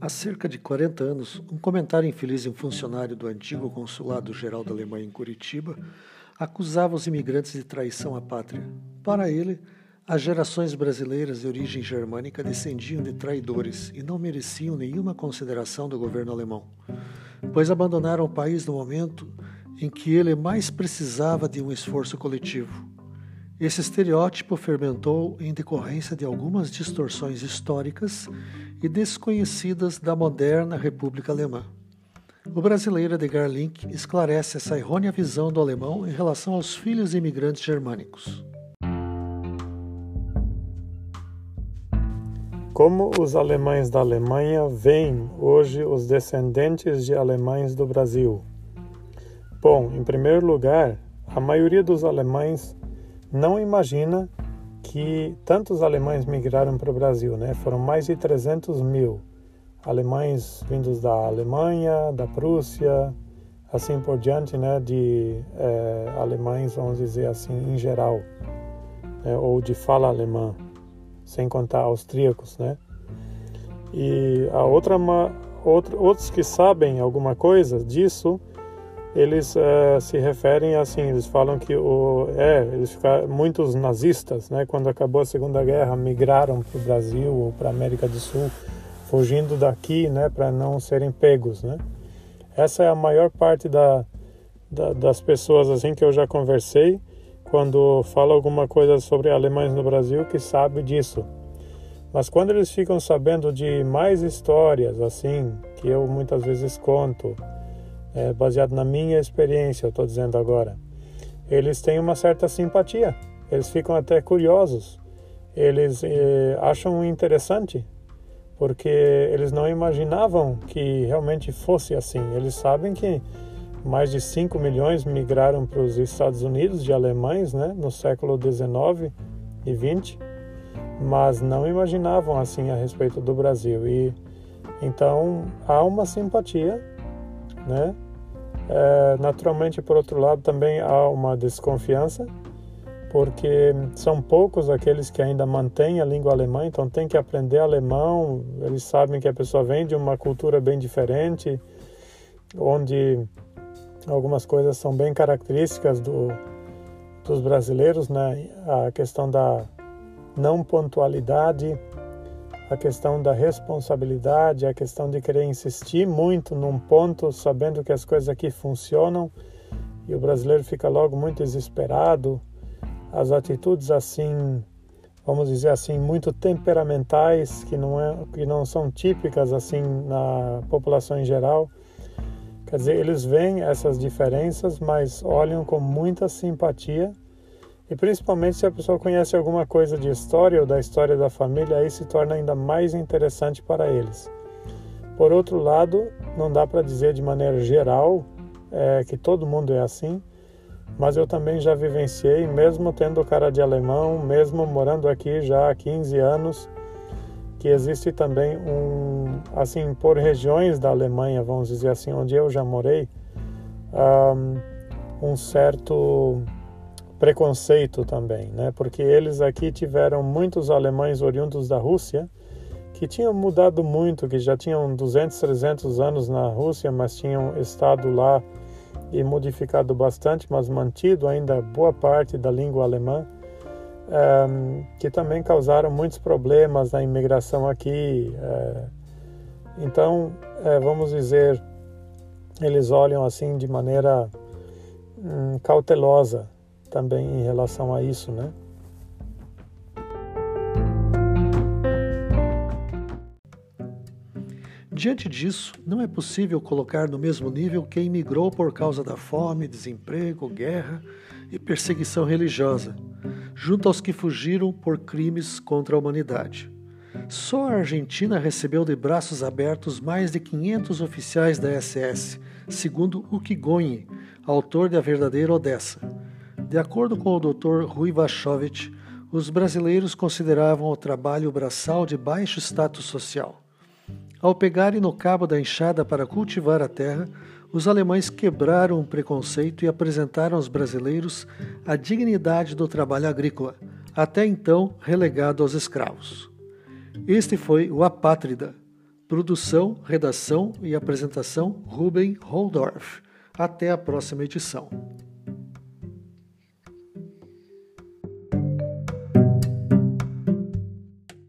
Há cerca de 40 anos, um comentário infeliz em um funcionário do antigo Consulado-Geral da Alemanha em Curitiba acusava os imigrantes de traição à pátria. Para ele, as gerações brasileiras de origem germânica descendiam de traidores e não mereciam nenhuma consideração do governo alemão, pois abandonaram o país no momento em que ele mais precisava de um esforço coletivo. Esse estereótipo fermentou em decorrência de algumas distorções históricas e desconhecidas da moderna República Alemã. O brasileiro Edgar Link esclarece essa errônea visão do alemão em relação aos filhos de imigrantes germânicos. Como os alemães da Alemanha veem hoje os descendentes de alemães do Brasil? Bom, em primeiro lugar, a maioria dos alemães não imagina que tantos alemães migraram para o Brasil, né? Foram mais de 300 mil alemães vindos da Alemanha, da Prússia, assim por diante, né? De alemães, vamos dizer assim, em geral, né? Ou de fala alemã, sem contar austríacos, né? E outros que sabem alguma coisa disso, eles se referem assim, eles falam que muitos nazistas, né, quando acabou a Segunda Guerra, migraram para o Brasil ou para a América do Sul, fugindo daqui, né, para não serem pegos, né? Essa é a maior parte das pessoas assim que eu já conversei, quando fala alguma coisa sobre alemães no Brasil, que sabe disso. Mas quando eles ficam sabendo de mais histórias, assim, que eu muitas vezes conto, baseado na minha experiência, eu estou dizendo agora, eles têm uma certa simpatia, eles ficam até curiosos, eles acham interessante, porque eles não imaginavam que realmente fosse assim. Eles sabem que mais de 5 milhões migraram para os Estados Unidos de alemães, né, no século XIX e XX, mas não imaginavam assim a respeito do Brasil. E então há uma simpatia, né? Naturalmente, por outro lado, também há uma desconfiança, porque são poucos aqueles que ainda mantêm a língua alemã, então tem que aprender alemão. Eles sabem que a pessoa vem de uma cultura bem diferente, onde algumas coisas são bem características dos brasileiros, né? A questão da não pontualidade, a questão da responsabilidade, a questão de querer insistir muito num ponto, sabendo que as coisas aqui funcionam, e o brasileiro fica logo muito desesperado. As atitudes assim, vamos dizer assim, muito temperamentais, que não são típicas assim na população em geral. Quer dizer, eles veem essas diferenças, mas olham com muita simpatia. E principalmente se a pessoa conhece alguma coisa de história ou da história da família, aí se torna ainda mais interessante para eles. Por outro lado, não dá para dizer de maneira geral que todo mundo é assim, mas eu também já vivenciei, mesmo tendo cara de alemão, mesmo morando aqui já há 15 anos, que existe também assim, por regiões da Alemanha, vamos dizer assim, onde eu já morei, um certo preconceito também, né? Porque eles aqui tiveram muitos alemães oriundos da Rússia que tinham mudado muito, que já tinham 200, 300 anos na Rússia, mas tinham estado lá e modificado bastante, mas mantido ainda boa parte da língua alemã, que também causaram muitos problemas na imigração aqui. Então, vamos dizer, eles olham assim de maneira cautelosa também em relação a isso, né? Diante disso, não é possível colocar no mesmo nível quem imigrou por causa da fome, desemprego, guerra e perseguição religiosa, junto aos que fugiram por crimes contra a humanidade. Só a Argentina recebeu de braços abertos mais de 500 oficiais da SS, segundo Uki Goñi, autor de A Verdadeira Odessa. De acordo com o Dr. Rui Vachovich, os brasileiros consideravam o trabalho braçal de baixo status social. Ao pegarem no cabo da enxada para cultivar a terra, os alemães quebraram o preconceito e apresentaram aos brasileiros a dignidade do trabalho agrícola, até então relegado aos escravos. Este foi o apátrida, Produção, redação e apresentação, Ruben Holdorf. Até a próxima edição.